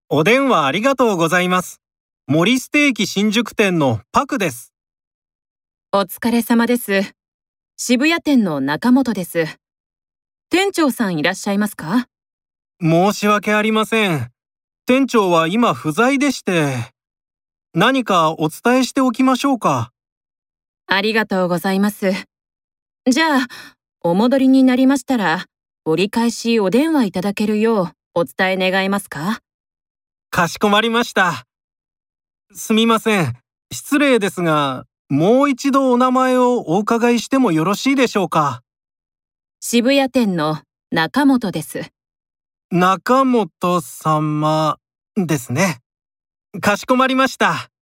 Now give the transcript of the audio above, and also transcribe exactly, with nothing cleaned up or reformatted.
お電話ありがとうございます。森ステーキ新宿店のパクです。 お疲れ様です。渋谷店の中本です。店長さんいらっしゃいますか？ 申し訳ありません。店長は今不在でして。何かお伝えしておきましょうか。 ありがとうございます。じゃあ、お戻りになりましたら、折り返しお電話いただけるようお伝え願えますか？ かしこまりました。すみません。失礼ですが、もう一度お名前をお伺いしてもよろしいでしょうか。 渋谷店の中本です。 中本様ですね。かしこまりました。